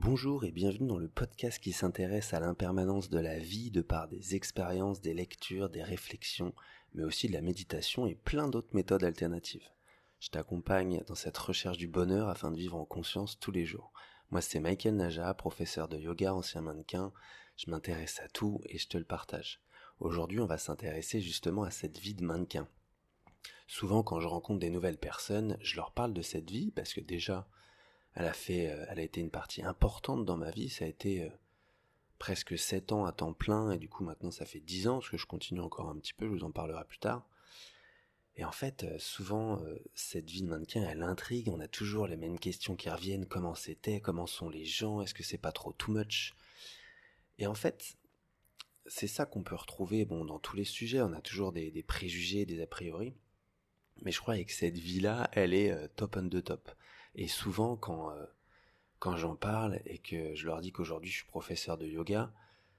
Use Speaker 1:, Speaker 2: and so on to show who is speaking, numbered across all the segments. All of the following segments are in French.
Speaker 1: Bonjour et bienvenue dans le podcast qui s'intéresse à l'impermanence de la vie de par des expériences, des lectures, des réflexions, mais aussi de la méditation et plein d'autres méthodes alternatives. Je t'accompagne dans cette recherche du bonheur afin de vivre en conscience tous les jours. Moi c'est Michael Naja, professeur de yoga, ancien mannequin, je m'intéresse à tout et je te le partage. Aujourd'hui on va s'intéresser justement à cette vie de mannequin. Souvent quand je rencontre des nouvelles personnes, je leur parle de cette vie parce que déjà, elle a été une partie importante dans ma vie. Ça a été presque 7 ans à temps plein et du coup maintenant ça fait 10 ans parce que je continue encore un petit peu, je vous en parlerai plus tard. Et en fait, souvent, cette vie de mannequin, elle intrigue, on a toujours les mêmes questions qui reviennent, comment c'était, comment sont les gens, est-ce que c'est pas trop too much? Et en fait, c'est ça qu'on peut retrouver dans tous les sujets, on a toujours des préjugés, des a priori, mais je crois que cette vie-là, elle est top on the top. Et souvent, quand j'en parle et que je leur dis qu'aujourd'hui je suis professeur de yoga,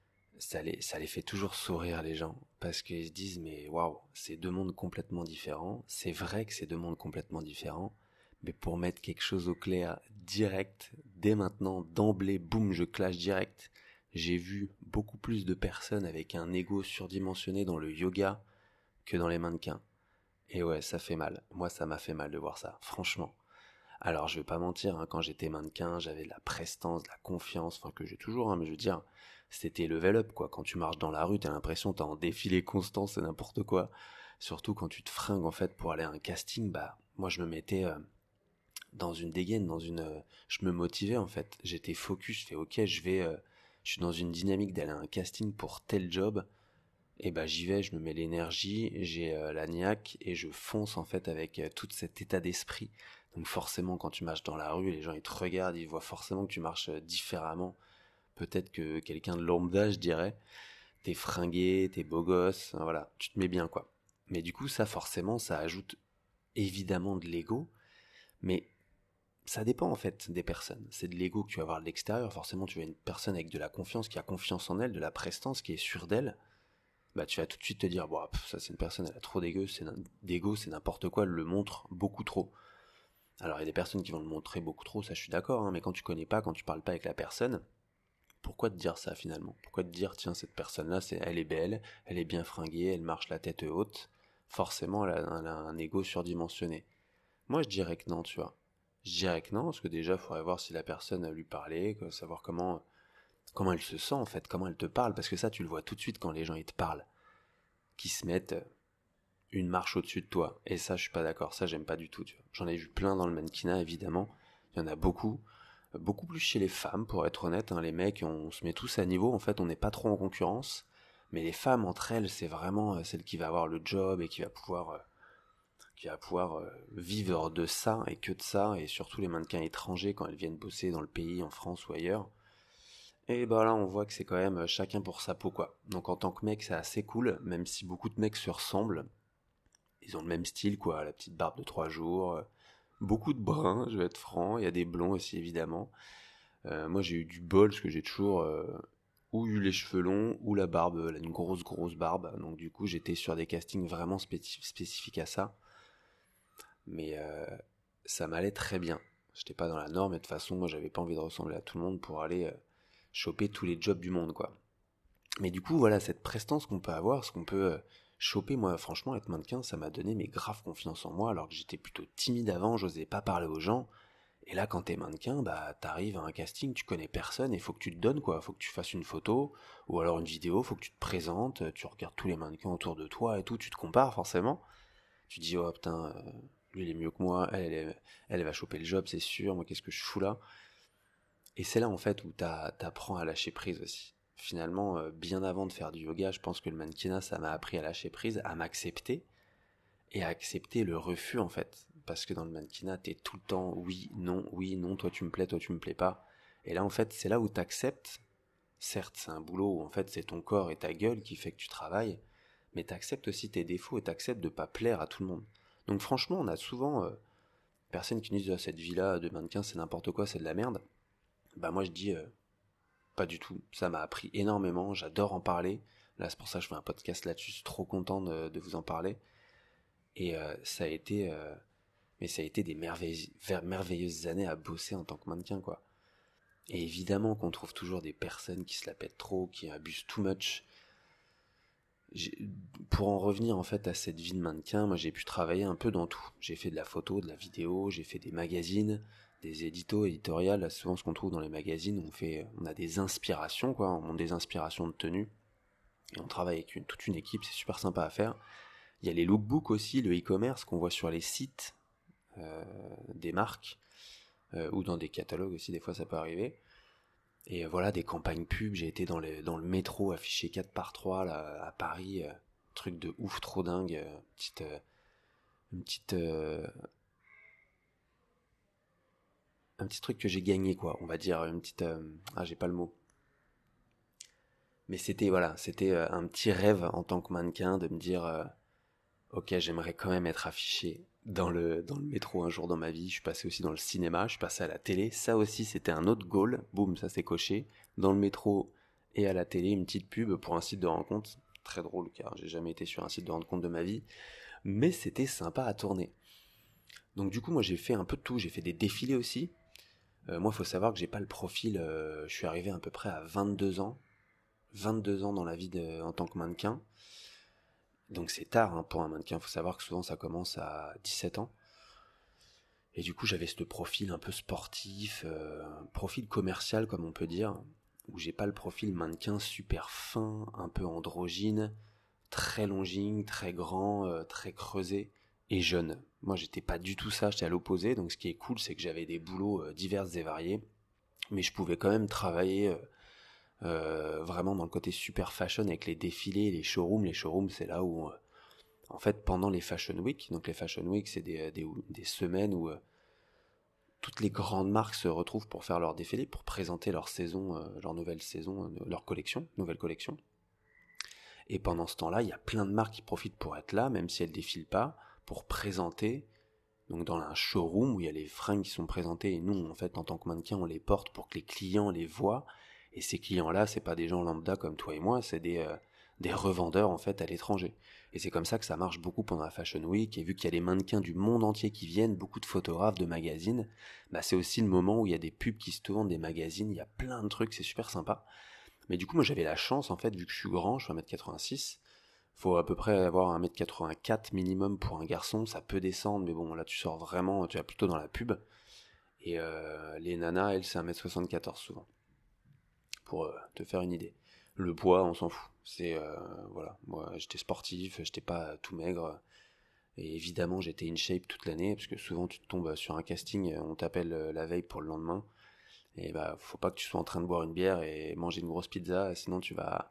Speaker 1: ça les fait toujours sourire les gens, parce qu'ils se disent mais waouh, c'est deux mondes complètement différents, c'est vrai que c'est deux mondes complètement différents, mais pour mettre quelque chose au clair direct, dès maintenant, d'emblée, boum, je clash direct, j'ai vu beaucoup plus de personnes avec un ego surdimensionné dans le yoga que dans les mannequins. Et ouais, ça fait mal, moi ça m'a fait mal de voir ça, franchement. Alors je vais pas mentir, hein, quand j'étais mannequin, j'avais de la prestance, de la confiance, enfin que j'ai toujours, hein, mais je veux dire, c'était level up quoi. Quand tu marches dans la rue, t'as l'impression que t'es en défilé constant, c'est n'importe quoi. Surtout quand tu te fringues en fait pour aller à un casting, bah moi je me mettais dans une dégaine, je me motivais en fait. J'étais focus, je fais ok, je suis dans une dynamique d'aller à un casting pour tel job. Et bah j'y vais, je me mets l'énergie, j'ai la niaque et je fonce en fait avec tout cet état d'esprit. Donc forcément quand tu marches dans la rue, les gens ils te regardent, ils voient forcément que tu marches différemment. Peut-être que quelqu'un de lambda, je dirais. T'es fringué, t'es beau gosse, hein, voilà, tu te mets bien quoi. Mais du coup ça forcément ça ajoute évidemment de l'ego, mais ça dépend en fait des personnes. C'est de l'ego que tu vas avoir de l'extérieur, forcément tu as une personne avec de la confiance, qui a confiance en elle, de la prestance, qui est sûre d'elle. Bah tu vas tout de suite te dire bon ça c'est une personne, elle a trop d'ego, c'est n'importe quoi, elle le montre beaucoup trop. Alors il y a des personnes qui vont le montrer beaucoup trop, ça je suis d'accord, hein, mais quand tu connais pas, quand tu parles pas avec la personne, pourquoi te dire ça finalement? Pourquoi te dire tiens cette personne là elle est belle, elle est bien fringuée, elle marche la tête haute, forcément elle a un ego surdimensionné. Moi je dirais que non, tu vois. Je dirais que non, parce que déjà il faudrait voir si la personne a lui parler, savoir comment elle se sent en fait, comment elle te parle, parce que ça tu le vois tout de suite quand les gens ils te parlent, qui se mettent une marche au-dessus de toi. Et ça, je suis pas d'accord. Ça, j'aime pas du tout. Tu vois. J'en ai vu plein dans le mannequinat, évidemment. Il y en a beaucoup. Beaucoup plus chez les femmes, pour être honnête. Hein. Les mecs, on se met tous à niveau. En fait, on n'est pas trop en concurrence. Mais les femmes, entre elles, c'est vraiment celle qui va avoir le job et qui va pouvoir vivre de ça et que de ça. Et surtout les mannequins étrangers, quand elles viennent bosser dans le pays, en France ou ailleurs. Et bah là, on voit que c'est quand même chacun pour sa peau, quoi. Donc en tant que mec, c'est assez cool, même si beaucoup de mecs se ressemblent. Ils ont le même style, quoi, la petite barbe de 3 jours. Beaucoup de bruns, je vais être franc. Il y a des blonds aussi, évidemment. Moi, j'ai eu du bol, parce que j'ai toujours ou eu les cheveux longs, ou la barbe, une grosse, grosse barbe. Donc, du coup, j'étais sur des castings vraiment spécifiques à ça. Mais ça m'allait très bien. J'étais pas dans la norme, et de toute façon, moi, j'avais pas envie de ressembler à tout le monde pour aller choper tous les jobs du monde, quoi. Mais du coup, voilà, cette prestance qu'on peut avoir, ce qu'on peut choper, moi, franchement, être mannequin, ça m'a donné mais grave confiance en moi, alors que j'étais plutôt timide avant, j'osais pas parler aux gens. Et là, quand t'es mannequin, bah, t'arrives à un casting, tu connais personne, et faut que tu te donnes, quoi. Faut que tu fasses une photo, ou alors une vidéo, faut que tu te présentes, tu regardes tous les mannequins autour de toi et tout, tu te compares, forcément. Tu te dis, oh putain, lui il est mieux que moi, elle va choper le job, c'est sûr, moi qu'est-ce que je fous là? Et c'est là en fait où t'apprends à lâcher prise aussi. Finalement, bien avant de faire du yoga, je pense que le mannequinat, ça m'a appris à lâcher prise, à m'accepter et à accepter le refus en fait. Parce que dans le mannequinat, t'es tout le temps oui, non, toi tu me plais pas. Et là en fait, c'est là où t'acceptes. Certes, c'est un boulot où en fait c'est ton corps et ta gueule qui fait que tu travailles, mais t'acceptes aussi tes défauts et t'acceptes de pas plaire à tout le monde. Donc franchement, on a souvent personnes qui nous disent cette vie-là de mannequin c'est n'importe quoi, c'est de la merde. Bah moi je dis pas du tout. Ça m'a appris énormément. J'adore en parler. Là, c'est pour ça que je fais un podcast là-dessus. Je suis trop content de vous en parler. Et mais ça a été des merveilleuses années à bosser en tant que mannequin, quoi. Et évidemment qu'on trouve toujours des personnes qui se la pètent trop, qui abusent too much. Pour en revenir en fait à cette vie de mannequin, moi j'ai pu travailler un peu dans tout. J'ai fait de la photo, de la vidéo, j'ai fait des magazines, des éditoriales. Là, souvent ce qu'on trouve dans les magazines, on a des inspirations quoi, on a des inspirations de tenue. Et on travaille avec toute une équipe, c'est super sympa à faire. Il y a les lookbooks aussi, le e-commerce qu'on voit sur les sites des marques, ou dans des catalogues aussi, des fois ça peut arriver. Et voilà, des campagnes pub, j'ai été dans le métro affiché 4x3 là, à Paris, truc de ouf, trop dingue, une petite, un petit truc que j'ai gagné quoi, on va dire, une petite, j'ai pas le mot. Mais c'était un petit rêve en tant que mannequin de me dire, ok, j'aimerais quand même être affiché dans le métro un jour dans ma vie. Je suis passé aussi dans le cinéma, je suis passé à la télé. Ça aussi, c'était un autre goal. Boum, ça s'est coché. Dans le métro et à la télé, une petite pub pour un site de rencontre. Très drôle car j'ai jamais été sur un site de rencontre de ma vie. Mais c'était sympa à tourner. Donc du coup, moi j'ai fait un peu de tout. J'ai fait des défilés aussi. Moi, il faut savoir que j'ai pas le profil. Je suis arrivé à peu près à 22 ans. 22 ans dans la vie en tant que mannequin. Donc c'est tard hein, pour un mannequin. Il faut savoir que souvent ça commence à 17 ans. Et du coup, j'avais ce profil un peu sportif, profil commercial comme on peut dire, où j'ai pas le profil mannequin super fin, un peu androgyne, très longiligne, très grand, très creusé et jeune. Moi, j'étais pas du tout ça, j'étais à l'opposé. Donc, ce qui est cool, c'est que j'avais des boulots divers et variés, mais je pouvais quand même travailler vraiment dans le côté super fashion avec les défilés, les showrooms. Les showrooms, c'est là où, en fait, pendant les Fashion Week, donc les Fashion Week, c'est des semaines où toutes les grandes marques se retrouvent pour faire leur défilé, pour présenter leur saison, leur nouvelle saison, leur collection, nouvelle collection. Et pendant ce temps-là, il y a plein de marques qui profitent pour être là, même si elles défilent pas, pour présenter, donc dans un showroom où il y a les fringues qui sont présentées, et nous, en fait, en tant que mannequin, on les porte pour que les clients les voient. Et ces clients-là, c'est pas des gens lambda comme toi et moi, c'est des revendeurs, en fait, à l'étranger. Et c'est comme ça que ça marche beaucoup pendant la Fashion Week, et vu qu'il y a des mannequins du monde entier qui viennent, beaucoup de photographes, de magazines, bah c'est aussi le moment où il y a des pubs qui se tournent, des magazines, il y a plein de trucs, c'est super sympa. Mais du coup, moi j'avais la chance, en fait, vu que je suis grand, je suis 1m86, faut à peu près avoir 1m84 minimum pour un garçon, ça peut descendre, mais bon, là tu sors vraiment, tu vas plutôt dans la pub. Et les nanas, elles, c'est 1m74 souvent, pour te faire une idée. Le poids, on s'en fout. Voilà, moi j'étais sportif, j'étais pas tout maigre, et évidemment j'étais in shape toute l'année, parce que souvent tu tombes sur un casting, on t'appelle la veille pour le lendemain, et bah faut pas que tu sois en train de boire une bière et manger une grosse pizza, sinon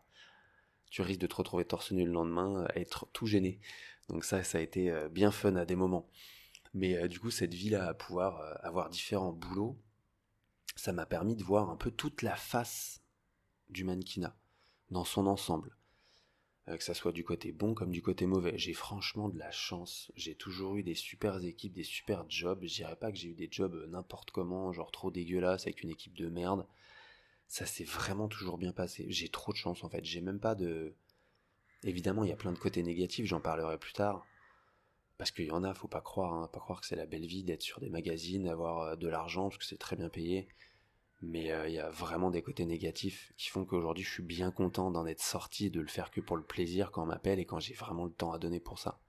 Speaker 1: tu risques de te retrouver torse nu le lendemain, à être tout gêné. Donc ça a été bien fun à des moments. Mais du coup, cette vie-là, à pouvoir avoir différents boulots, ça m'a permis de voir un peu toute la face du mannequinat, dans son ensemble. Que ça soit du côté bon comme du côté mauvais. J'ai franchement de la chance. J'ai toujours eu des super équipes, des super jobs. Je dirais pas que j'ai eu des jobs n'importe comment, genre trop dégueulasses avec une équipe de merde. Ça s'est vraiment toujours bien passé. J'ai trop de chance en fait. J'ai même pas de... Évidemment, il y a plein de côtés négatifs, j'en parlerai plus tard. Parce qu'il y en a, faut pas croire, hein, pas croire que c'est la belle vie d'être sur des magazines, d'avoir de l'argent, parce que c'est très bien payé. Mais il y a vraiment des côtés négatifs qui font qu'aujourd'hui je suis bien content d'en être sorti et de le faire que pour le plaisir quand on m'appelle et quand j'ai vraiment le temps à donner pour ça.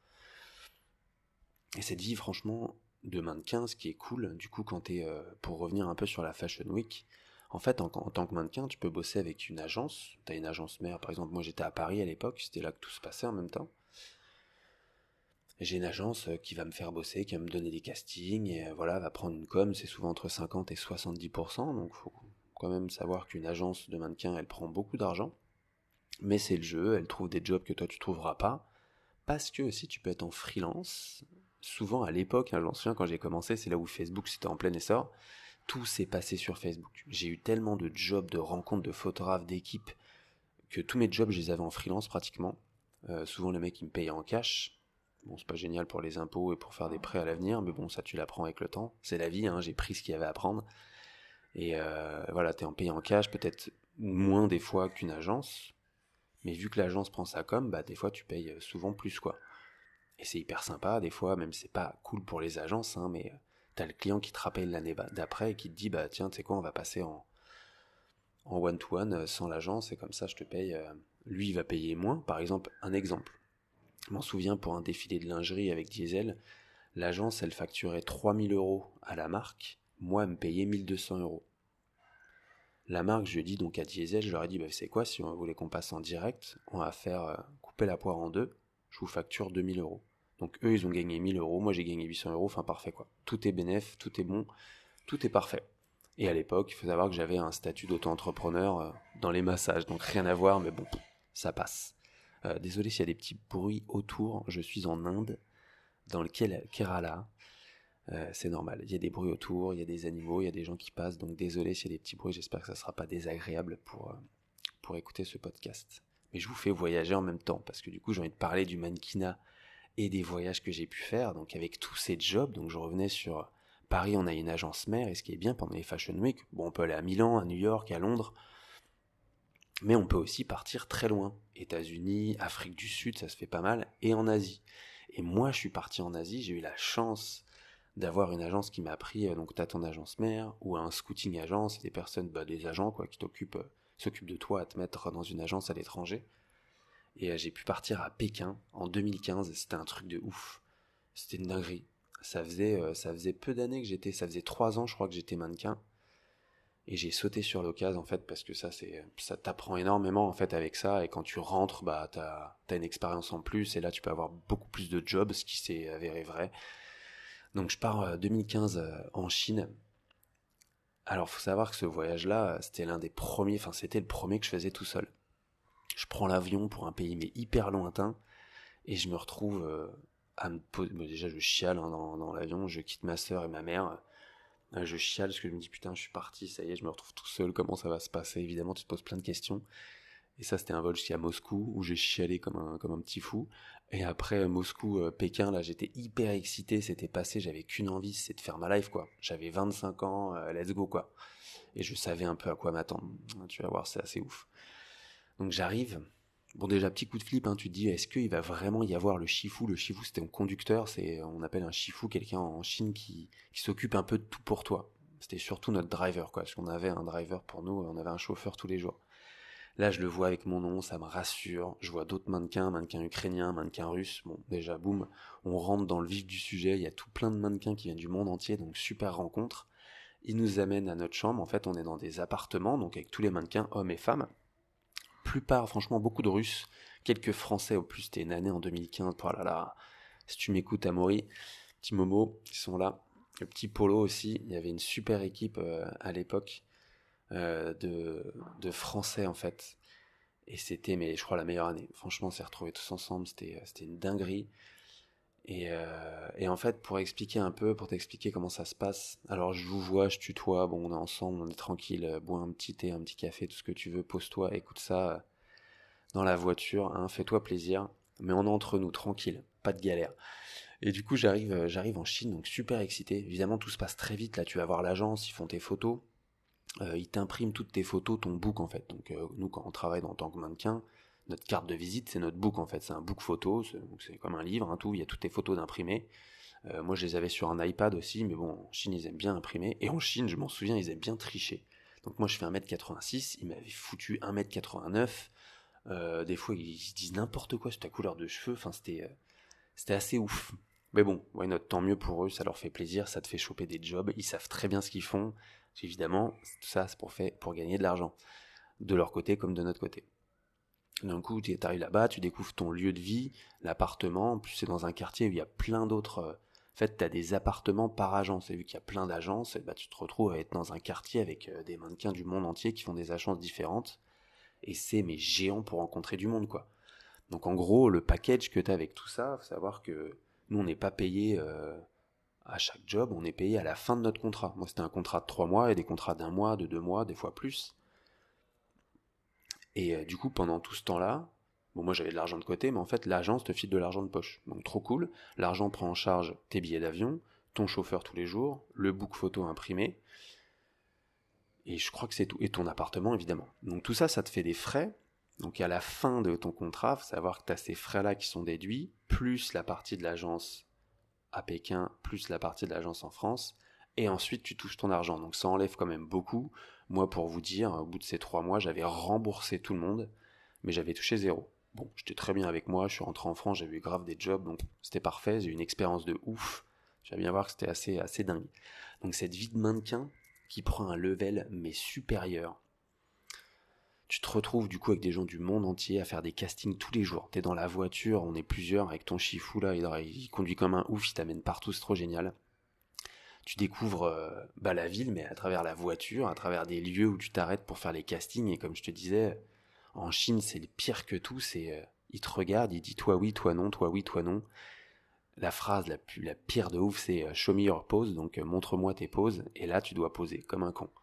Speaker 1: Et cette vie, franchement, de mannequin, ce qui est cool, du coup, pour revenir un peu sur la Fashion Week, en fait, en tant que mannequin, tu peux bosser avec une agence. T'as une agence mère, par exemple, moi j'étais à Paris à l'époque, c'était là que tout se passait en même temps. J'ai une agence qui va me faire bosser, qui va me donner des castings, et voilà, va prendre une com, c'est souvent entre 50 et 70%, donc faut quand même savoir qu'une agence de mannequin, elle prend beaucoup d'argent, mais c'est le jeu, elle trouve des jobs que toi tu trouveras pas, parce que aussi tu peux être en freelance. Souvent à l'époque, hein, j'en souviens quand j'ai commencé, c'est là où Facebook c'était en plein essor, tout s'est passé sur Facebook. J'ai eu tellement de jobs, de rencontres, de photographes, d'équipes, que tous mes jobs je les avais en freelance pratiquement. Souvent les mecs ils me payaient en cash. Bon, c'est pas génial pour les impôts et pour faire des prêts à l'avenir, mais bon, ça tu l'apprends avec le temps. C'est la vie, hein, j'ai pris ce qu'il y avait à prendre. Et voilà, t'es en payé en cash, peut-être moins des fois qu'une agence, mais vu que l'agence prend ça comme, bah des fois tu payes souvent plus quoi. Et c'est hyper sympa, des fois, même c'est pas cool pour les agences, hein, mais t'as le client qui te rappelle l'année d'après et qui te dit, bah tiens, tu sais quoi, on va passer en one-to-one sans l'agence, et comme ça je te paye, lui il va payer moins. Par exemple, un exemple, je m'en souviens pour un défilé de lingerie avec Diesel, l'agence elle facturait 3 000 € à la marque, moi elle me payait 1 200 €. La marque, je dis donc à Diesel, je leur ai dit, c'est quoi, si on voulait qu'on passe en direct, on va faire couper la poire en deux, je vous facture 2 000 €. Donc eux, ils ont gagné 1 000 €, moi j'ai gagné 800 €, enfin parfait quoi. Tout est bénef, tout est bon, tout est parfait. Et à l'époque, il faut savoir que j'avais un statut d'auto-entrepreneur dans les massages, donc rien à voir, mais bon, ça passe. Désolé s'il y a des petits bruits autour, je suis en Inde, dans le Kerala. C'est normal, il y a des bruits autour, il y a des animaux, il y a des gens qui passent, donc désolé s'il y a des petits bruits, j'espère que ça ne sera pas désagréable pour écouter ce podcast. Mais je vous fais voyager en même temps, parce que du coup j'ai envie de parler du mannequinat et des voyages que j'ai pu faire, donc avec tous ces jobs, donc je revenais sur Paris, on a une agence mère, et ce qui est bien pendant les Fashion Week, on peut aller à Milan, à New York, à Londres, mais on peut aussi partir très loin, États-Unis, Afrique du Sud, ça se fait pas mal, et en Asie. Et moi je suis parti en Asie, j'ai eu la chance d'avoir une agence qui m'a appris, donc t'as ton agence mère, ou un scouting agence, des personnes, des agents quoi, qui s'occupent de toi à te mettre dans une agence à l'étranger. Et j'ai pu partir à Pékin en 2015, c'était un truc de ouf. C'était une dinguerie. Ça faisait peu d'années que ça faisait 3 ans je crois que j'étais mannequin. Et j'ai sauté sur l'occasion en fait, parce que ça t'apprend énormément en fait avec ça, et quand tu rentres, t'as une expérience en plus, et là tu peux avoir beaucoup plus de jobs, ce qui s'est avéré vrai. Donc je pars 2015 en Chine. Alors faut savoir que ce voyage-là, c'était c'était le premier que je faisais tout seul. Je prends l'avion pour un pays mais hyper lointain, et je me retrouve à me poser. Déjà je chiale dans l'avion, je quitte ma soeur et ma mère. Je chiale parce que je me dis putain je suis parti, ça y est, je me retrouve tout seul, comment ça va se passer? Évidemment tu te poses plein de questions. Et ça, c'était un vol jusqu'à Moscou, où j'ai chialé comme un petit fou. Et après Moscou, Pékin, là, j'étais hyper excité, c'était passé, j'avais qu'une envie, c'est de faire ma life, quoi. J'avais 25 ans, let's go, quoi. Et je savais un peu à quoi m'attendre. Tu vas voir, c'est assez ouf. Donc j'arrive. Bon, déjà, petit coup de flip, tu te dis, est-ce qu'il va vraiment y avoir le shifu? Le shifu, c'était un conducteur, on appelle un shifu quelqu'un en Chine qui s'occupe un peu de tout pour toi. C'était surtout notre driver, quoi. Parce qu'on avait un driver pour nous, on avait un chauffeur tous les jours. Là, je le vois avec mon nom, ça me rassure. Je vois d'autres mannequins ukrainiens, mannequins russes. Bon, déjà, boum, on rentre dans le vif du sujet. Il y a tout plein de mannequins qui viennent du monde entier, donc super rencontre. Ils nous amènent à notre chambre. En fait, on est dans des appartements, donc avec tous les mannequins, hommes et femmes. Plupart, franchement, beaucoup de Russes. Quelques Français, au plus, c'était une année en 2015. Oh là là, si tu m'écoutes, Amaury, petit Momo, ils sont là. Le petit Polo aussi. Il y avait une super équipe à l'époque de Français, en fait. Et c'était, mais je crois, la meilleure année. Franchement, on s'est retrouvés tous ensemble, c'était une dinguerie. Et en fait, pour t'expliquer comment ça se passe, alors je vous vois, je tutoie, bon, on est ensemble, on est tranquille, bois un petit thé, un petit café, tout ce que tu veux, pose-toi, écoute ça dans la voiture, fais-toi plaisir, mais on est entre nous, tranquille, pas de galère. Et du coup, j'arrive en Chine, donc super excité. Évidemment, tout se passe très vite, là, tu vas voir l'agence, ils font tes photos. Ils t'impriment toutes tes photos, ton book en fait. Donc nous quand on travaille en tant que mannequin, notre carte de visite c'est notre book en fait. C'est un book photo, c'est comme un livre, tout. Il y a toutes tes photos d'imprimés. Moi je les avais sur un iPad aussi, mais bon en Chine ils aiment bien imprimer. Et en Chine je m'en souviens ils aiment bien tricher. Donc moi je fais 1m86, ils m'avaient foutu 1m89. Des fois ils se disent n'importe quoi sur ta couleur de cheveux. Enfin c'était assez ouf. Mais bon, why not, tant mieux pour eux, ça leur fait plaisir, ça te fait choper des jobs, ils savent très bien ce qu'ils font. Évidemment, tout ça c'est pour gagner de l'argent, de leur côté comme de notre côté. D'un coup, tu arrives là-bas, tu découvres ton lieu de vie, l'appartement, en plus c'est dans un quartier où il y a plein d'autres... En fait, tu as des appartements par agence, et vu qu'il y a plein d'agences, tu te retrouves à être dans un quartier avec des mannequins du monde entier qui font des agences différentes, et c'est mais géant pour rencontrer du monde, quoi. Donc en gros, le package que tu as avec tout ça, faut savoir que nous, on n'est pas payé à chaque job, on est payé à la fin de notre contrat. Moi, c'était un contrat de 3 mois et des contrats d'1 mois, de 2 mois, des fois plus. Et du coup, pendant tout ce temps-là, bon, moi j'avais de l'argent de côté, mais en fait, l'agence te file de l'argent de poche. Donc trop cool. L'argent prend en charge tes billets d'avion, ton chauffeur tous les jours, le book photo imprimé, et je crois que c'est tout. Et ton appartement, évidemment. Donc tout ça, ça te fait des frais. Donc à la fin de ton contrat, il faut savoir que tu as ces frais-là qui sont déduits, plus la partie de l'agence à Pékin, plus la partie de l'agence en France, et ensuite tu touches ton argent. Donc ça enlève quand même beaucoup, Moi, pour vous dire, au bout de ces 3 mois, j'avais remboursé tout le monde, mais j'avais touché zéro. Bon, j'étais très bien avec moi, je suis rentré en France, j'avais eu grave des jobs, donc c'était parfait, j'ai eu une expérience de ouf. J'allais bien voir que c'était assez dingue. Donc cette vie de mannequin qui prend un level mais supérieur, tu te retrouves du coup avec des gens du monde entier à faire des castings tous les jours. T'es dans la voiture, on est plusieurs avec ton chifou là, il conduit comme un ouf, il t'amène partout, c'est trop génial. Tu découvres la ville, mais à travers la voiture, à travers des lieux où tu t'arrêtes pour faire les castings. Et comme je te disais, en Chine, c'est le pire que tout. Il te regarde, il dit toi oui, toi non, toi oui, toi non. La phrase la pire de ouf, c'est show me your pose, donc montre-moi tes poses. Et là, tu dois poser comme un con.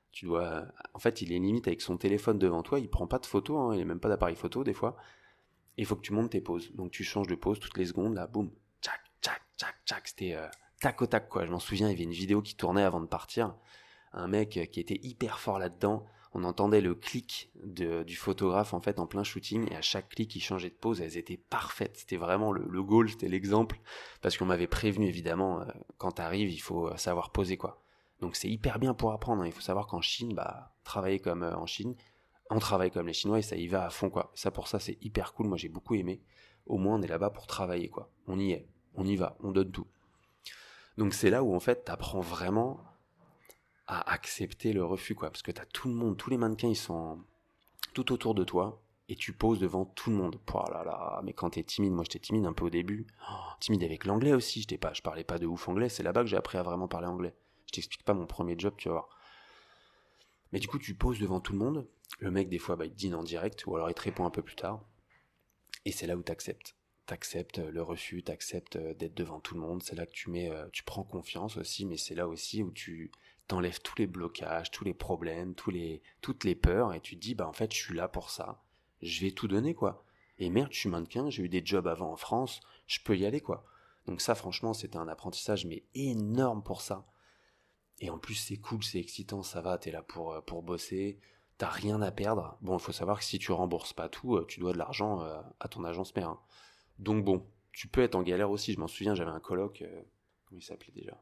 Speaker 1: En fait, il est limite avec son téléphone devant toi. Il prend pas de photos, hein, il n'a même pas d'appareil photo des fois. Il faut que tu montes tes poses. Donc tu changes de pose toutes les secondes, là, boum, tchac, tchac, tchac, tchac. C'était tac au tac, quoi. Je m'en souviens, il y avait une vidéo qui tournait avant de partir. Un mec qui était hyper fort là-dedans. On entendait le clic du photographe, en fait, en plein shooting. Et à chaque clic, il changeait de pose. Elles étaient parfaites. C'était vraiment le goal, c'était l'exemple. Parce qu'on m'avait prévenu, évidemment, quand t'arrives, il faut savoir poser, quoi. Donc c'est hyper bien pour apprendre, hein. Il faut savoir qu'en Chine, travailler comme en Chine, on travaille comme les Chinois et ça y va à fond, quoi. Ça, pour ça, c'est hyper cool. Moi, j'ai beaucoup aimé. Au moins, on est là-bas pour travailler, quoi. On y est, on y va, on donne tout. Donc, c'est là où, en fait, t'apprends vraiment à accepter le refus, quoi. Parce que t'as tout le monde, tous les mannequins, ils sont tout autour de toi et tu poses devant tout le monde. Oh là là, mais quand t'es timide, moi, j'étais timide un peu au début. Oh, timide avec l'anglais aussi. Je parlais pas de ouf anglais. C'est là-bas que j'ai appris à vraiment parler anglais. Je t'explique pas mon premier job, tu vas voir. Mais du coup, tu poses devant tout le monde. Le mec, des fois, il te dîne en direct, ou alors il te répond un peu plus tard. Et c'est là où t'acceptes. T'acceptes le refus, t'acceptes d'être devant tout le monde. C'est là que tu prends confiance aussi, mais c'est là aussi où tu t'enlèves tous les blocages, tous les problèmes, toutes les peurs, et tu te dis, en fait, je suis là pour ça. Je vais tout donner, quoi. Et merde, je suis mannequin, j'ai eu des jobs avant en France, je peux y aller, quoi. Donc ça, franchement, c'était un apprentissage, mais énorme pour ça. Et en plus, c'est cool, c'est excitant, ça va, t'es là pour bosser, t'as rien à perdre. Bon, il faut savoir que si tu rembourses pas tout, tu dois de l'argent à ton agence mère, hein. Donc bon, tu peux être en galère aussi. Je m'en souviens, j'avais un coloc, comment il s'appelait déjà?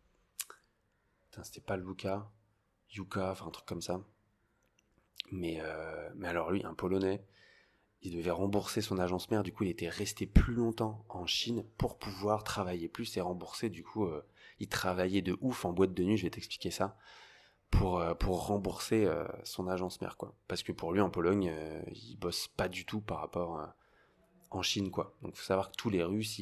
Speaker 1: Putain, c'était pas Luca, Yuka, enfin un truc comme ça. Mais alors lui, un Polonais, il devait rembourser son agence mère, du coup il était resté plus longtemps en Chine pour pouvoir travailler plus et rembourser, du coup il travaillait de ouf en boîte de nuit, je vais t'expliquer ça, pour rembourser son agence mère, quoi. Parce que pour lui en Pologne, il bosse pas du tout par rapport en Chine, quoi. Donc faut savoir que tous les Russes,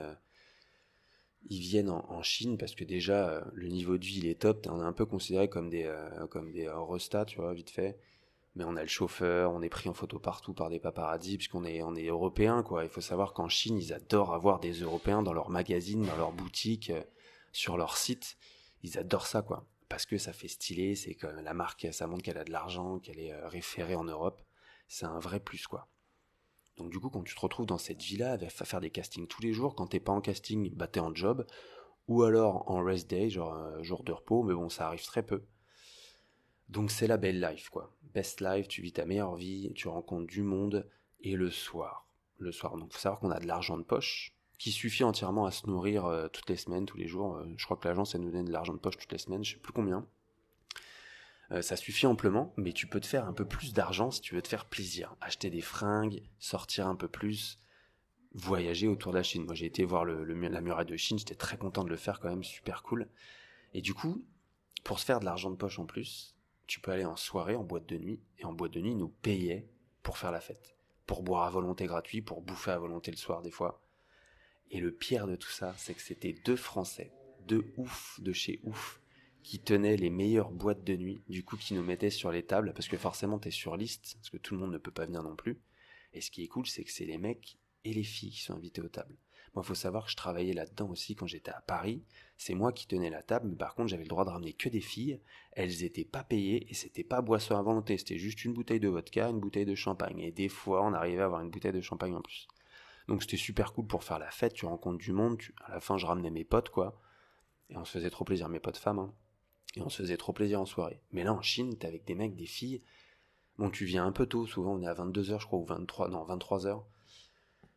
Speaker 1: ils viennent en Chine parce que déjà le niveau de vie il est top, on est un peu considéré comme des restats, tu vois, vite fait. Mais on a le chauffeur, on est pris en photo partout par des paparazzis, on est européens, quoi. Il faut savoir qu'en Chine, ils adorent avoir des Européens dans leurs magazines, dans leurs boutiques, sur leur site. Ils adorent ça, quoi. Parce que ça fait stylé, c'est que la marque, ça montre qu'elle a de l'argent, qu'elle est référée en Europe. C'est un vrai plus, quoi. Donc du coup, quand tu te retrouves dans cette vie-là, à faire des castings tous les jours, quand t'es pas en casting, t'es en job, ou alors en rest day, genre jour de repos, mais bon, ça arrive très peu. Donc c'est la belle life, quoi. Best life, tu vis ta meilleure vie, tu rencontres du monde, et le soir. Le soir, donc faut savoir qu'on a de l'argent de poche, qui suffit entièrement à se nourrir toutes les semaines, tous les jours. Je crois que l'agence, elle nous donne de l'argent de poche toutes les semaines, je sais plus combien. Ça suffit amplement, mais tu peux te faire un peu plus d'argent si tu veux te faire plaisir. Acheter des fringues, sortir un peu plus, voyager autour de la Chine. Moi j'ai été voir la muraille de Chine, j'étais très content de le faire quand même, super cool. Et du coup, pour se faire de l'argent de poche en plus, tu peux aller en soirée, en boîte de nuit, et en boîte de nuit, ils nous payaient pour faire la fête. Pour boire à volonté gratuit, pour bouffer à volonté le soir des fois. Et le pire de tout ça, c'est que c'était deux Français, deux ouf de chez ouf, qui tenaient les meilleures boîtes de nuit, du coup qui nous mettaient sur les tables, parce que forcément t'es sur liste, parce que tout le monde ne peut pas venir non plus. Et ce qui est cool, c'est que c'est les mecs et les filles qui sont invités aux tables. Moi, il faut savoir que je travaillais là-dedans aussi quand j'étais à Paris. C'est moi qui tenais la table, mais par contre, j'avais le droit de ramener que des filles. Elles étaient pas payées et c'était pas boisson à volonté. C'était juste une bouteille de vodka, une bouteille de champagne. Et des fois, on arrivait à avoir une bouteille de champagne en plus. Donc c'était super cool pour faire la fête. Tu rencontres du monde. À la fin, je ramenais mes potes, quoi. Et on se faisait trop plaisir, mes potes femmes, hein. Et on se faisait trop plaisir en soirée. Mais là, en Chine, t'es avec des mecs, des filles. Bon, tu viens un peu tôt. Souvent, on est à 22h, je crois, ou 23, non, 23h.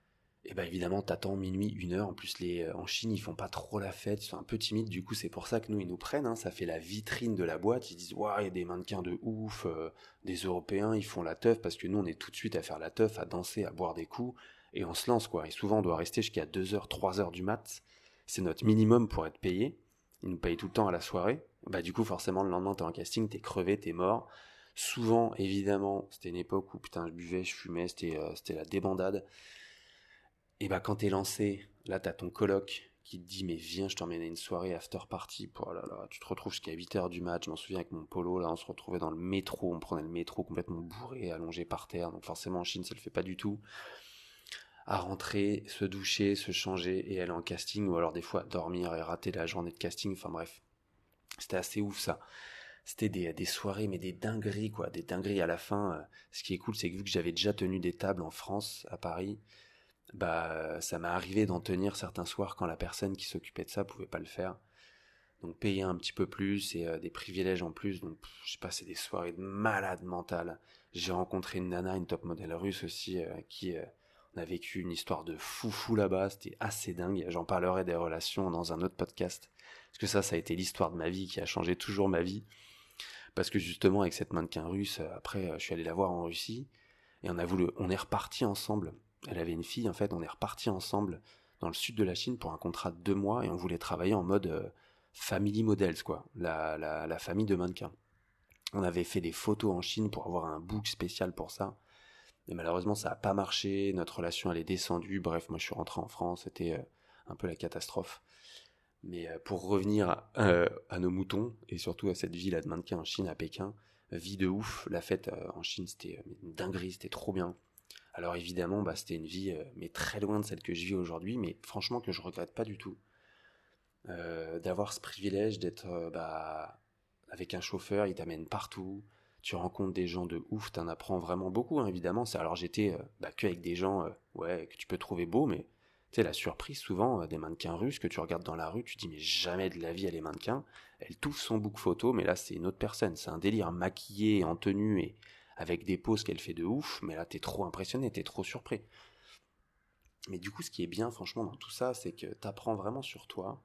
Speaker 1: Et bah évidemment, t'attends minuit, 1 heure. En plus, en Chine, ils font pas trop la fête, ils sont un peu timides. Du coup, c'est pour ça que nous, ils nous prennent. Hein. Ça fait la vitrine de la boîte. Ils disent, waouh, il y a des mannequins de ouf, des Européens, ils font la teuf. Parce que nous, on est tout de suite à faire la teuf, à danser, à boire des coups. Et on se lance, quoi. Et souvent, on doit rester jusqu'à 2 heures, 3 heures du mat. C'est notre minimum pour être payé. Ils nous payent tout le temps à la soirée. Bah du coup, forcément, le lendemain, t'es en casting, t'es crevé, t'es mort. Souvent, évidemment, c'était une époque où putain, je buvais, je fumais, c'était la débandade. Et bah quand t'es lancé, là t'as ton coloc qui te dit mais viens je t'emmène à une soirée after party, oh là là, tu te retrouves jusqu'à 8 heures du match, je m'en souviens avec mon polo, là on se retrouvait dans le métro, on prenait le métro complètement bourré, allongé par terre, donc forcément en Chine ça le fait pas du tout, à rentrer, se doucher, se changer et aller en casting, ou alors des fois dormir et rater la journée de casting, enfin bref, c'était assez ouf ça. C'était des soirées mais des dingueries quoi, des dingueries à la fin. Ce qui est cool c'est que vu que j'avais déjà tenu des tables en France, à Paris, bah ça m'est arrivé d'en tenir certains soirs quand la personne qui s'occupait de ça pouvait pas le faire. Donc payer un petit peu plus et des privilèges en plus. Donc j'ai passé des soirées de malade mentale. J'ai rencontré une nana, une top modèle russe aussi, qui on a vécu une histoire de fou là-bas. C'était assez dingue. J'en parlerai des relations dans un autre podcast. Parce que ça a été l'histoire de ma vie qui a changé toujours ma vie. Parce que justement avec cette mannequin russe, après je suis allé la voir en Russie et on est reparti ensemble. Elle avait une fille, en fait, on est reparti ensemble dans le sud de la Chine pour un contrat de 2 mois et on voulait travailler en mode family models, quoi, la famille de mannequins. On avait fait des photos en Chine pour avoir un book spécial pour ça. Mais malheureusement, ça n'a pas marché, notre relation elle est descendue. Bref, moi je suis rentré en France, c'était un peu la catastrophe. Mais pour revenir à nos moutons et surtout à cette ville de mannequin en Chine, à Pékin, vie de ouf, la fête en Chine c'était une dinguerie, c'était trop bien. Alors évidemment, bah, c'était une vie, mais très loin de celle que je vis aujourd'hui, mais franchement que je regrette pas du tout. D'avoir ce privilège d'être bah, avec un chauffeur, il t'amène partout, tu rencontres des gens de ouf, t'en apprends vraiment beaucoup, hein, évidemment. Alors j'étais bah, que avec des gens ouais, que tu peux trouver beaux, mais tu sais, la surprise souvent, des mannequins russes que tu regardes dans la rue, tu te dis mais jamais de la vie elle est mannequin. Elle touche son book photo, mais là c'est une autre personne, c'est un délire maquillé, en tenue et avec des poses qu'elle fait de ouf, mais là t'es trop impressionné, t'es trop surpris. Mais du coup, ce qui est bien, franchement, dans tout ça, c'est que t'apprends vraiment sur toi.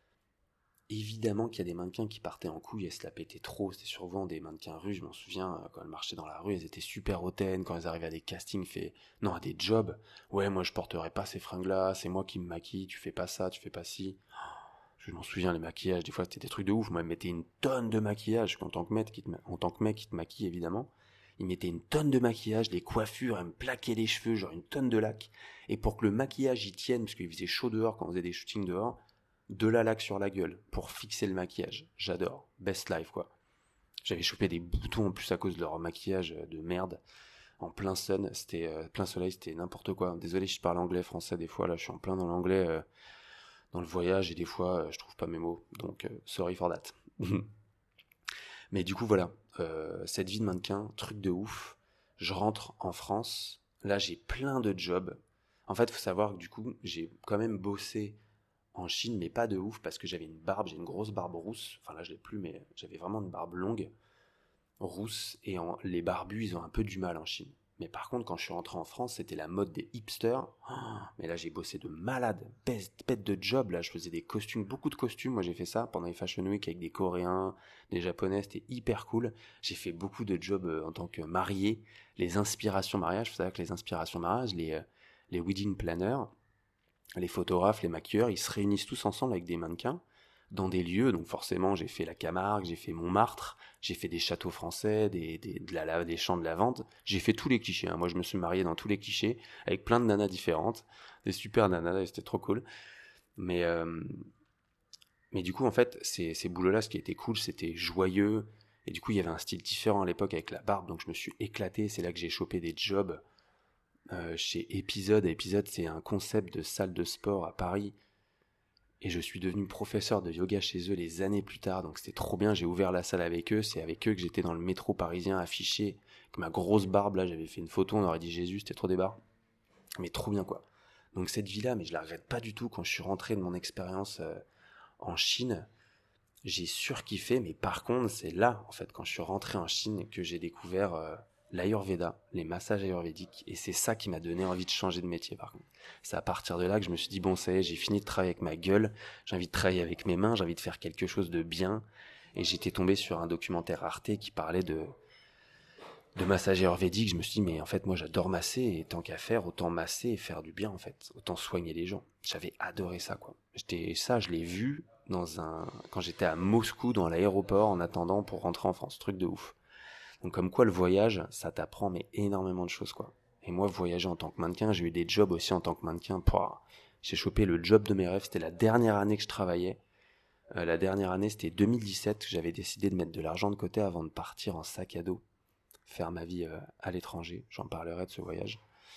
Speaker 1: Évidemment qu'il y a des mannequins qui partaient en couille et se la pétaient trop. C'était souvent des mannequins russes, je m'en souviens, quand elles marchaient dans la rue, elles étaient super hautaines. Quand elles arrivaient à des castings, non, à des jobs. Ouais, moi je porterais pas ces fringues-là, c'est moi qui me maquille, tu fais pas ça, tu fais pas ci. Je m'en souviens, les maquillages, des fois c'était des trucs de ouf. Moi, ils mettaient une tonne de maquillage, en tant que mec qui te maquille, évidemment. Ils mettaient une tonne de maquillage, les coiffures, elles me plaquaient les cheveux, genre une tonne de lac. Et pour que le maquillage y tienne, parce qu'il faisait chaud dehors quand on faisait des shootings dehors, de la laque sur la gueule pour fixer le maquillage. J'adore. Best life, quoi. J'avais chopé des boutons en plus à cause de leur maquillage de merde. En plein sun, c'était plein soleil, c'était n'importe quoi. Désolé si je parle anglais, français des fois. Là, je suis en plein dans l'anglais, dans le voyage, et des fois, je trouve pas mes mots. Donc, sorry for that. Mais du coup, voilà. Cette vie de mannequin, truc de ouf. Je rentre en France. Là, j'ai plein de jobs. En fait, il faut savoir que du coup, j'ai quand même bossé en Chine, mais pas de ouf, parce que j'avais une barbe, j'ai une grosse barbe rousse. Enfin là, je l'ai plus, mais j'avais vraiment une barbe longue, rousse, et les barbus, ils ont un peu du mal en Chine. Mais par contre, quand je suis rentré en France, c'était la mode des hipsters. Oh, mais là, j'ai bossé de malade, bête de job. Là, je faisais des costumes, beaucoup de costumes. Moi, j'ai fait ça pendant les Fashion Week avec des Coréens, des Japonais. C'était hyper cool. J'ai fait beaucoup de jobs en tant que marié. Les inspirations mariage, il faut savoir que les inspirations mariage, les wedding planners, les photographes, les maquilleurs, ils se réunissent tous ensemble avec des mannequins dans des lieux. Donc forcément, j'ai fait la Camargue, j'ai fait Montmartre, j'ai fait des châteaux français, des champs de lavande. J'ai fait tous les clichés. Hein. Moi, je me suis marié dans tous les clichés avec plein de nanas différentes, des super nanas, et c'était trop cool. Mais mais du coup, en fait, ces boulots-là, ce qui était cool, c'était joyeux. Et du coup, il y avait un style différent à l'époque avec la barbe, donc je me suis éclaté. C'est là que j'ai chopé des jobs chez Épisode. Épisode, c'est un concept de salle de sport à Paris. Et je suis devenu professeur de yoga chez eux les années plus tard. Donc c'était trop bien. J'ai ouvert la salle avec eux. C'est avec eux que j'étais dans le métro parisien affiché. Avec ma grosse barbe, là, j'avais fait une photo. On aurait dit Jésus, c'était trop des barres. Mais trop bien, quoi. Donc cette vie-là, mais je la regrette pas du tout. Quand je suis rentré de mon expérience en Chine, j'ai surkiffé. Mais par contre, c'est là, en fait, quand je suis rentré en Chine, que j'ai découvert l'Ayurveda, les massages ayurvédiques, et c'est ça qui m'a donné envie de changer de métier par contre. C'est à partir de là que je me suis dit, bon ça y est, j'ai fini de travailler avec ma gueule, j'ai envie de travailler avec mes mains, j'ai envie de faire quelque chose de bien, et j'étais tombé sur un documentaire Arte qui parlait de massage ayurvédique. Je me suis dit, mais en fait moi j'adore masser, et tant qu'à faire, autant masser et faire du bien en fait, autant soigner les gens. J'avais adoré ça quoi. Je l'ai vu quand j'étais à Moscou dans l'aéroport en attendant pour rentrer en France, truc de ouf. Donc comme quoi le voyage, ça t'apprend mais énormément de choses quoi. Et moi voyager en tant que mannequin, j'ai eu des jobs aussi en tant que mannequin. J'ai chopé le job de mes rêves, c'était la dernière année que je travaillais. La dernière année c'était 2017 que j'avais décidé de mettre de l'argent de côté avant de partir en sac à dos, faire ma vie à l'étranger. J'en parlerai de ce voyage.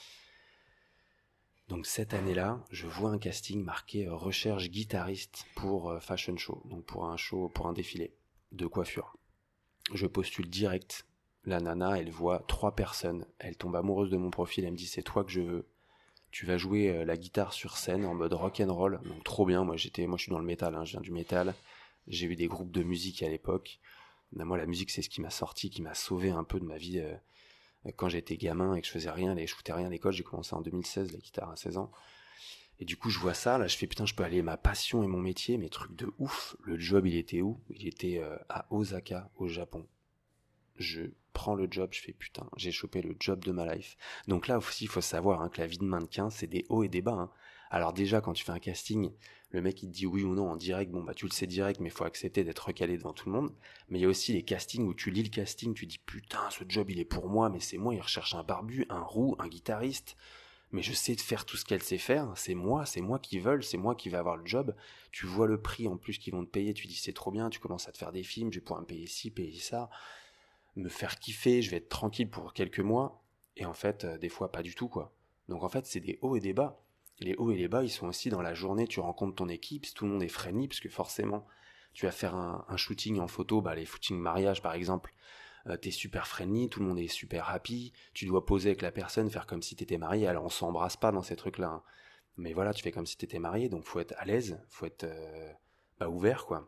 Speaker 1: Donc cette année-là, je vois un casting marqué recherche guitariste pour fashion show, donc pour un show, pour un défilé de coiffure. Je postule direct. La nana, elle voit 3 personnes. Elle tombe amoureuse de mon profil. Elle me dit, c'est toi que je veux. Tu vas jouer la guitare sur scène en mode rock and roll. Donc trop bien. Moi, je suis dans le métal. Je viens du métal. J'ai eu des groupes de musique à l'époque. Moi, la musique, c'est ce qui m'a sorti, qui m'a sauvé un peu de ma vie. Quand j'étais gamin et que je faisais rien, je foutais rien à l'école. J'ai commencé en 2016 la guitare à 16 ans. Et du coup, je vois ça. Là, je fais putain, je peux aller ma passion et mon métier, mes trucs de ouf. Le job, il était où? Il était à Osaka, au Japon. Je prends le job, je fais putain, j'ai chopé le job de ma life. Donc là aussi, il faut savoir que la vie de mannequin, c'est des hauts et des bas. Alors déjà, quand tu fais un casting, le mec il te dit oui ou non en direct, bon bah tu le sais direct, mais il faut accepter d'être recalé devant tout le monde. Mais il y a aussi les castings où tu lis le casting, tu dis putain, ce job il est pour moi, mais c'est moi, il recherche un barbu, un roux, un guitariste. Mais je sais de faire tout ce qu'elle sait faire, c'est moi qui veulent, c'est moi qui vais avoir le job. Tu vois le prix en plus qu'ils vont te payer, tu dis c'est trop bien, tu commences à te faire des films, je vais pouvoir me payer ci, payer ça, me faire kiffer, je vais être tranquille pour quelques mois, et en fait, des fois pas du tout, quoi. Donc en fait, c'est des hauts et des bas. Les hauts et les bas, ils sont aussi dans la journée, tu rencontres ton équipe, tout le monde est friendly, parce que forcément, tu vas faire un shooting en photo, les footings mariage par exemple, t'es super friendly, tout le monde est super happy, tu dois poser avec la personne, faire comme si t'étais marié, alors on s'embrasse pas dans ces trucs-là, mais voilà, tu fais comme si t'étais marié, donc faut être à l'aise, faut être ouvert, quoi.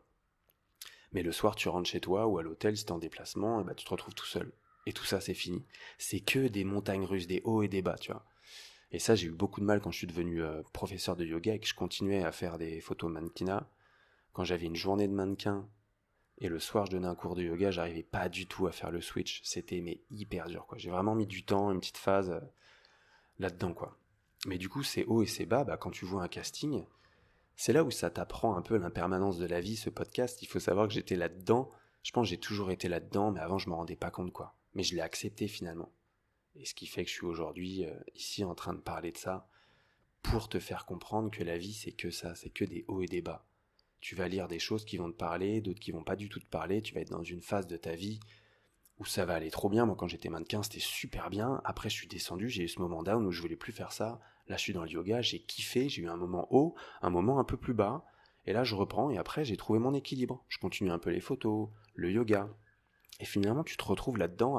Speaker 1: Mais le soir, tu rentres chez toi ou à l'hôtel, si t'es en déplacement, et tu te retrouves tout seul. Et tout ça, c'est fini. C'est que des montagnes russes, des hauts et des bas, tu vois. Et ça, j'ai eu beaucoup de mal quand je suis devenu professeur de yoga et que je continuais à faire des photos mannequinat. Quand j'avais une journée de mannequin et le soir, je donnais un cours de yoga, j'arrivais pas du tout à faire le switch. C'était hyper dur, quoi. J'ai vraiment mis du temps, une petite phase là-dedans, quoi. Mais du coup, ces hauts et ces bas, quand tu vois un casting, c'est là où ça t'apprend un peu l'impermanence de la vie, ce podcast. Il faut savoir que j'étais là-dedans. Je pense que j'ai toujours été là-dedans, mais avant, je m'en rendais pas compte, quoi. Mais je l'ai accepté finalement. Et ce qui fait que je suis aujourd'hui ici en train de parler de ça pour te faire comprendre que la vie, c'est que ça, c'est que des hauts et des bas. Tu vas lire des choses qui vont te parler, d'autres qui vont pas du tout te parler. Tu vas être dans une phase de ta vie où ça va aller trop bien. Moi, quand j'étais mannequin, c'était super bien. Après, je suis descendu, j'ai eu ce moment down où je voulais plus faire ça. Là, je suis dans le yoga, j'ai kiffé, j'ai eu un moment haut, un moment un peu plus bas. Et là, je reprends et après, j'ai trouvé mon équilibre. Je continue un peu les photos, le yoga. Et finalement, tu te retrouves là-dedans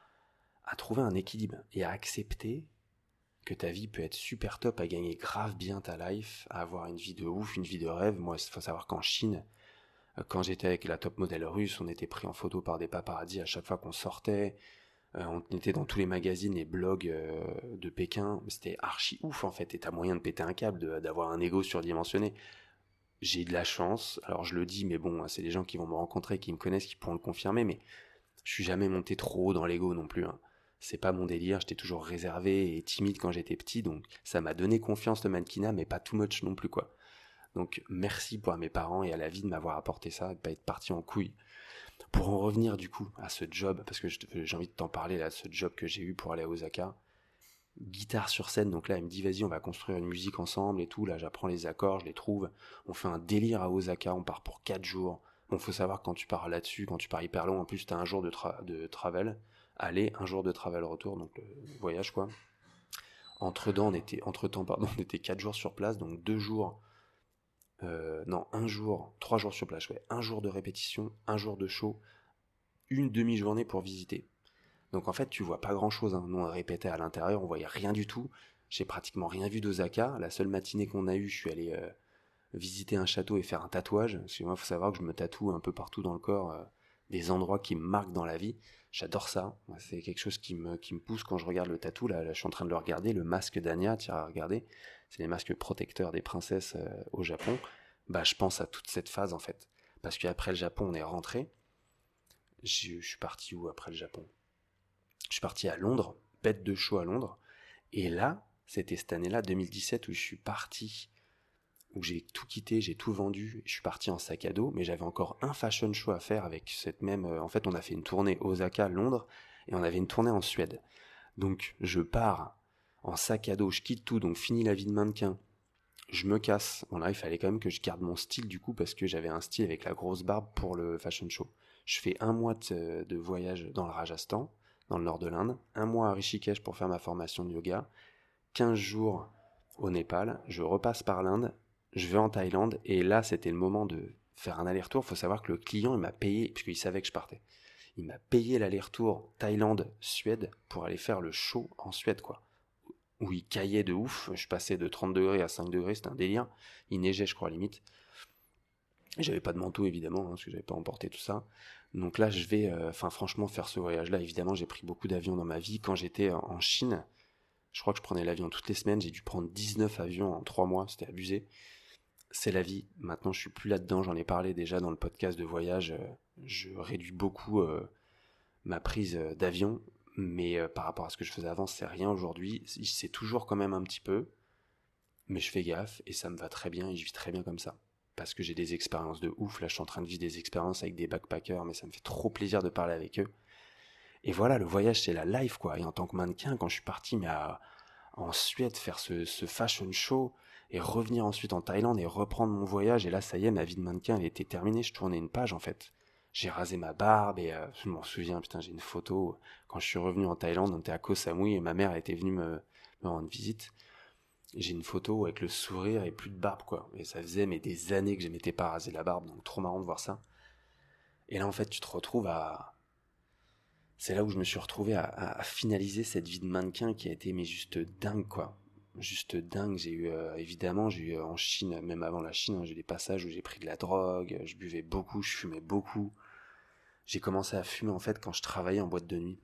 Speaker 1: à trouver un équilibre et à accepter que ta vie peut être super top, à gagner grave bien ta life, à avoir une vie de ouf, une vie de rêve. Moi, il faut savoir qu'en Chine, quand j'étais avec la top modèle russe, on était pris en photo par des paparazzis à chaque fois qu'on sortait. On était dans tous les magazines et blogs de Pékin. C'était archi ouf en fait. Et t'as moyen de péter un câble, d'avoir un ego surdimensionné. J'ai eu de la chance. Alors je le dis, mais bon, c'est les gens qui vont me rencontrer, qui me connaissent, qui pourront le confirmer. Mais je suis jamais monté trop haut dans l'ego non plus. C'est pas mon délire. J'étais toujours réservé et timide quand j'étais petit. Donc ça m'a donné confiance le mannequinat, mais pas too much non plus quoi. Donc merci à mes parents et à la vie de m'avoir apporté ça, de pas être parti en couille. Pour en revenir du coup à ce job, parce que j'ai envie de t'en parler là, ce job que j'ai eu pour aller à Osaka, guitare sur scène, donc là elle me dit vas-y on va construire une musique ensemble et tout, là j'apprends les accords, je les trouve, on fait un délire à Osaka, on part pour 4 jours. Bon faut savoir que quand tu pars là-dessus, quand tu pars hyper long, en plus t'as un jour de travel, aller, un jour de travel retour, donc le voyage quoi. Entre-temps, on était 4 jours sur place, donc 2 jours non, un jour, 3 jours sur place, ouais. Un jour de répétition, un jour de show, une demi-journée pour visiter. Donc en fait, tu vois pas grand-chose. Nous, on répétait à l'intérieur, on voyait rien du tout. J'ai pratiquement rien vu d'Osaka. La seule matinée qu'on a eue, je suis allé visiter un château et faire un tatouage. Parce que moi, il faut savoir que je me tatoue un peu partout dans le corps. des endroits qui me marquent dans la vie. J'adore ça. C'est quelque chose qui me pousse quand je regarde le tatou. Là, je suis en train de le regarder. Le masque d'Anya, tiens, à regarder. C'est les masques protecteurs des princesses au Japon. Bah, je pense à toute cette phase, en fait. Parce qu'après le Japon, on est rentré. Je suis parti où après le Japon? Je suis parti à Londres, bête de show à Londres. Et là, c'était cette année-là, 2017, où je suis parti, où j'ai tout quitté, j'ai tout vendu. Je suis parti en sac à dos, mais j'avais encore un fashion show à faire avec cette même... en fait, on a fait une tournée Osaka, Londres, et on avait une tournée en Suède. Donc, je pars en sac à dos, je quitte tout, donc fini la vie de mannequin. Je me casse. Bon là, il fallait quand même que je garde mon style du coup, parce que j'avais un style avec la grosse barbe pour le fashion show. Je fais un mois de voyage dans le Rajasthan, dans le nord de l'Inde, un mois à Rishikesh pour faire ma formation de yoga, 15 jours au Népal, je repasse par l'Inde, je vais en Thaïlande, et là c'était le moment de faire un aller-retour. Il faut savoir que le client il m'a payé, puisqu'il savait que je partais, il m'a payé l'aller-retour Thaïlande-Suède pour aller faire le show en Suède, quoi. Où il caillait de ouf, je passais de 30 degrés à 5 degrés, c'était un délire. Il neigeait, je crois, limite. J'avais pas de manteau, évidemment, parce que j'avais pas emporté tout ça. Donc là, je vais, franchement, faire ce voyage-là. Évidemment, j'ai pris beaucoup d'avions dans ma vie. Quand j'étais en Chine, je crois que je prenais l'avion toutes les semaines. J'ai dû prendre 19 avions en 3 mois, c'était abusé. C'est la vie. Maintenant, je suis plus là-dedans. J'en ai parlé déjà dans le podcast de voyage. Je réduis beaucoup ma prise d'avion. Mais par rapport à ce que je faisais avant, c'est rien aujourd'hui. C'est toujours quand même un petit peu. Mais je fais gaffe et ça me va très bien et je vis très bien comme ça. Parce que j'ai des expériences de ouf. Là, je suis en train de vivre des expériences avec des backpackers, mais ça me fait trop plaisir de parler avec eux. Et voilà, le voyage, c'est la life, quoi. Et en tant que mannequin, quand je suis parti en Suède faire ce fashion show et revenir ensuite en Thaïlande et reprendre mon voyage, et là, ça y est, ma vie de mannequin, elle était terminée. Je tournais une page, en fait. J'ai rasé ma barbe et je m'en souviens, putain, j'ai une photo. Quand je suis revenu en Thaïlande, on était à Koh Samui et ma mère elle était venue me rendre visite. J'ai une photo avec le sourire et plus de barbe, quoi. Et ça faisait des années que je m'étais pas rasé la barbe, donc trop marrant de voir ça. Et là, en fait, tu te retrouves à... C'est là où je me suis retrouvé à finaliser cette vie de mannequin qui a été mais juste dingue, quoi. Juste dingue. J'ai eu, évidemment, j'ai eu en Chine, même avant la Chine, hein, j'ai eu des passages où j'ai pris de la drogue, je buvais beaucoup, je fumais beaucoup. J'ai commencé à fumer, en fait, quand je travaillais en boîte de nuit.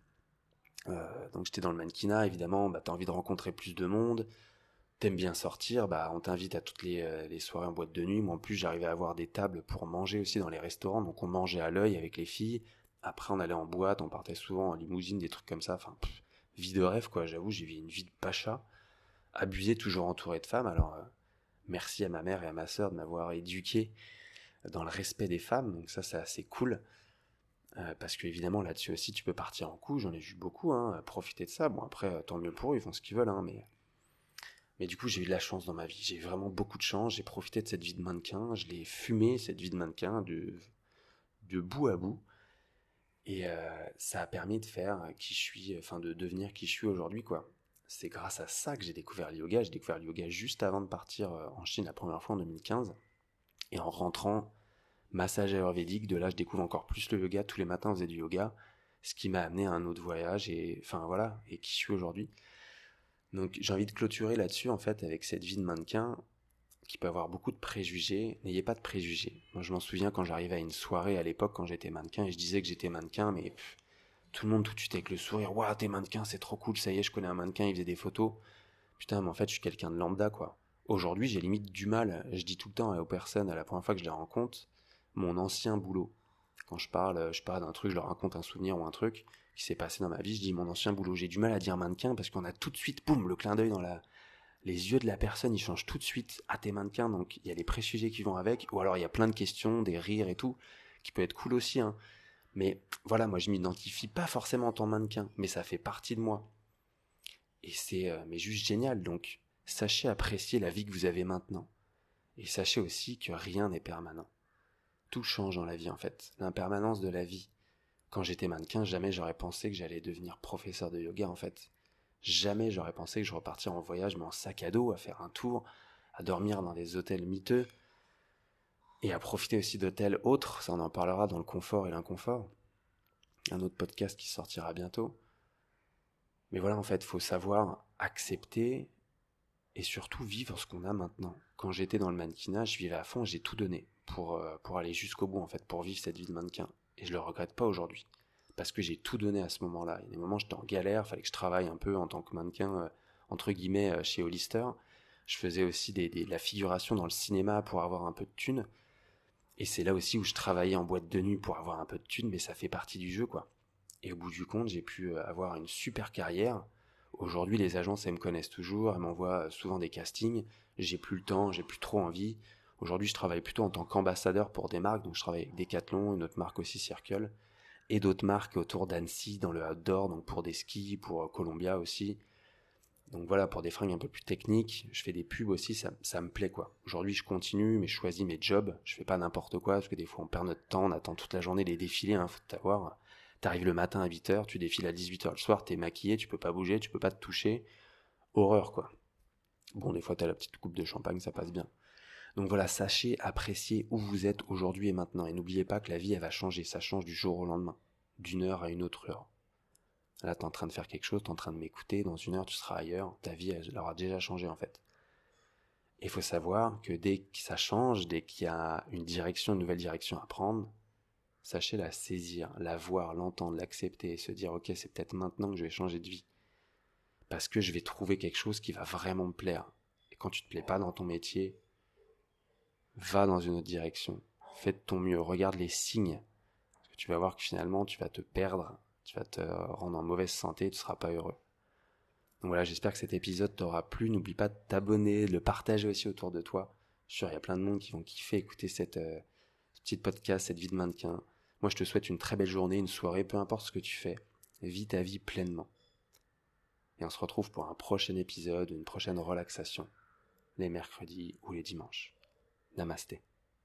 Speaker 1: Donc j'étais dans le mannequinat, évidemment, bah, t'as envie de rencontrer plus de monde. T'aimes bien sortir, bah on t'invite à toutes les soirées en boîte de nuit. Moi en plus j'arrivais à avoir des tables pour manger aussi dans les restaurants, donc on mangeait à l'œil avec les filles. Après on allait en boîte, on partait souvent en limousine, des trucs comme ça. Enfin, vie de rêve quoi. J'avoue j'ai vécu une vie de pacha, abusé, toujours entouré de femmes. Alors merci à ma mère et à ma sœur de m'avoir éduqué dans le respect des femmes, donc ça c'est assez cool. Parce que évidemment là-dessus aussi tu peux partir en couple, j'en ai vu beaucoup, hein, profiter de ça. Bon après tant mieux pour eux, ils font ce qu'ils veulent, hein, mais du coup, j'ai eu de la chance dans ma vie. J'ai eu vraiment beaucoup de chance. J'ai profité de cette vie de mannequin. Je l'ai fumé, cette vie de mannequin, de bout à bout. Et ça a permis de faire qui je suis, enfin de devenir qui je suis aujourd'hui, quoi. C'est grâce à ça que j'ai découvert le yoga. J'ai découvert le yoga juste avant de partir en Chine la première fois en 2015. Et en rentrant, massage ayurvédique, de là, je découvre encore plus le yoga. Tous les matins, on faisait du yoga. Ce qui m'a amené à un autre voyage. Et enfin, voilà. Et qui je suis aujourd'hui. Donc j'ai envie de clôturer là-dessus en fait avec cette vie de mannequin qui peut avoir beaucoup de préjugés. N'ayez pas de préjugés. Moi je m'en souviens quand j'arrivais à une soirée à l'époque quand j'étais mannequin et je disais que j'étais mannequin, mais tout le monde tout de suite avec le sourire, waouh t'es mannequin, c'est trop cool, ça y est je connais un mannequin, il faisait des photos. Putain mais en fait je suis quelqu'un de lambda quoi. Aujourd'hui j'ai limite du mal, je dis tout le temps aux personnes à la première fois que je les rencontre, mon ancien boulot. Quand je parle d'un truc, je leur raconte un souvenir ou un truc qui s'est passé dans ma vie, je dis mon ancien boulot. J'ai du mal à dire mannequin parce qu'on a tout de suite, boum, le clin d'œil dans les yeux de la personne, ils changent tout de suite à tes mannequins, donc il y a les préjugés qui vont avec, ou alors il y a plein de questions, des rires et tout, qui peut être cool aussi, hein. Mais voilà, moi je m'identifie pas forcément en tant que mannequin, mais ça fait partie de moi. Et c'est mais juste génial, donc sachez apprécier la vie que vous avez maintenant. Et sachez aussi que rien n'est permanent. Tout change dans la vie en fait, l'impermanence de la vie. Quand j'étais mannequin, jamais j'aurais pensé que j'allais devenir professeur de yoga en fait. Jamais j'aurais pensé que je repartirais en voyage mais en sac à dos, à faire un tour, à dormir dans des hôtels miteux et à profiter aussi d'hôtels autres, ça on en parlera dans le confort et l'inconfort. Un autre podcast qui sortira bientôt. Mais voilà en fait, faut savoir accepter et surtout vivre ce qu'on a maintenant. Quand j'étais dans le mannequinat, je vivais à fond, j'ai tout donné pour aller jusqu'au bout en fait, pour vivre cette vie de mannequin. et je le regrette pas aujourd'hui. Parce que j'ai tout donné à ce moment-là. Il y a des moments où j'étais en galère, il fallait que je travaille un peu en tant que mannequin, entre guillemets, chez Hollister. Je faisais aussi de la figuration dans le cinéma pour avoir un peu de thunes. Et c'est là aussi où je travaillais en boîte de nuit pour avoir un peu de thunes, mais ça fait partie du jeu, quoi. Et au bout du compte, j'ai pu avoir une super carrière. Aujourd'hui, les agences, elles me connaissent toujours, elles m'envoient souvent des castings. J'ai plus le temps, j'ai plus trop envie. Aujourd'hui, je travaille plutôt en tant qu'ambassadeur pour des marques, donc je travaille avec Decathlon, une autre marque aussi, Circle, et d'autres marques autour d'Annecy, dans le outdoor, donc pour des skis, pour Columbia aussi. Donc voilà, pour des fringues un peu plus techniques, je fais des pubs aussi, ça me plaît quoi. Aujourd'hui, je continue, mais je choisis mes jobs. Je fais pas n'importe quoi, parce que des fois, on perd notre temps, on attend toute la journée les défilés, faut t'avoir. T'arrives le matin à 8h, tu défiles à 18h le soir, t'es maquillé, tu peux pas bouger, tu peux pas te toucher. Horreur quoi. Bon, des fois, t'as la petite coupe de champagne, ça passe bien. Donc voilà, sachez apprécier où vous êtes aujourd'hui et maintenant. Et n'oubliez pas que la vie, elle va changer. Ça change du jour au lendemain. D'une heure à une autre heure. Là, t'es en train de faire quelque chose, t'es en train de m'écouter. Dans une heure, tu seras ailleurs. Ta vie, elle aura déjà changé, en fait. Et il faut savoir que dès que ça change, dès qu'il y a une direction, une nouvelle direction à prendre, sachez la saisir, la voir, l'entendre, l'accepter et se dire, ok, c'est peut-être maintenant que je vais changer de vie. Parce que je vais trouver quelque chose qui va vraiment me plaire. Et quand tu te plais pas dans ton métier, va dans une autre direction. Fais de ton mieux. Regarde les signes. Parce que tu vas voir que finalement, tu vas te perdre. Tu vas te rendre en mauvaise santé et tu ne seras pas heureux. Donc voilà, j'espère que cet épisode t'aura plu. N'oublie pas de t'abonner, de le partager aussi autour de toi. Je suis sûr, il y a plein de monde qui vont kiffer écouter ce petit podcast, cette vie de mannequin. Moi, je te souhaite une très belle journée, une soirée, peu importe ce que tu fais. Vis ta vie pleinement. Et on se retrouve pour un prochain épisode, une prochaine relaxation, les mercredis ou les dimanches. Namasté.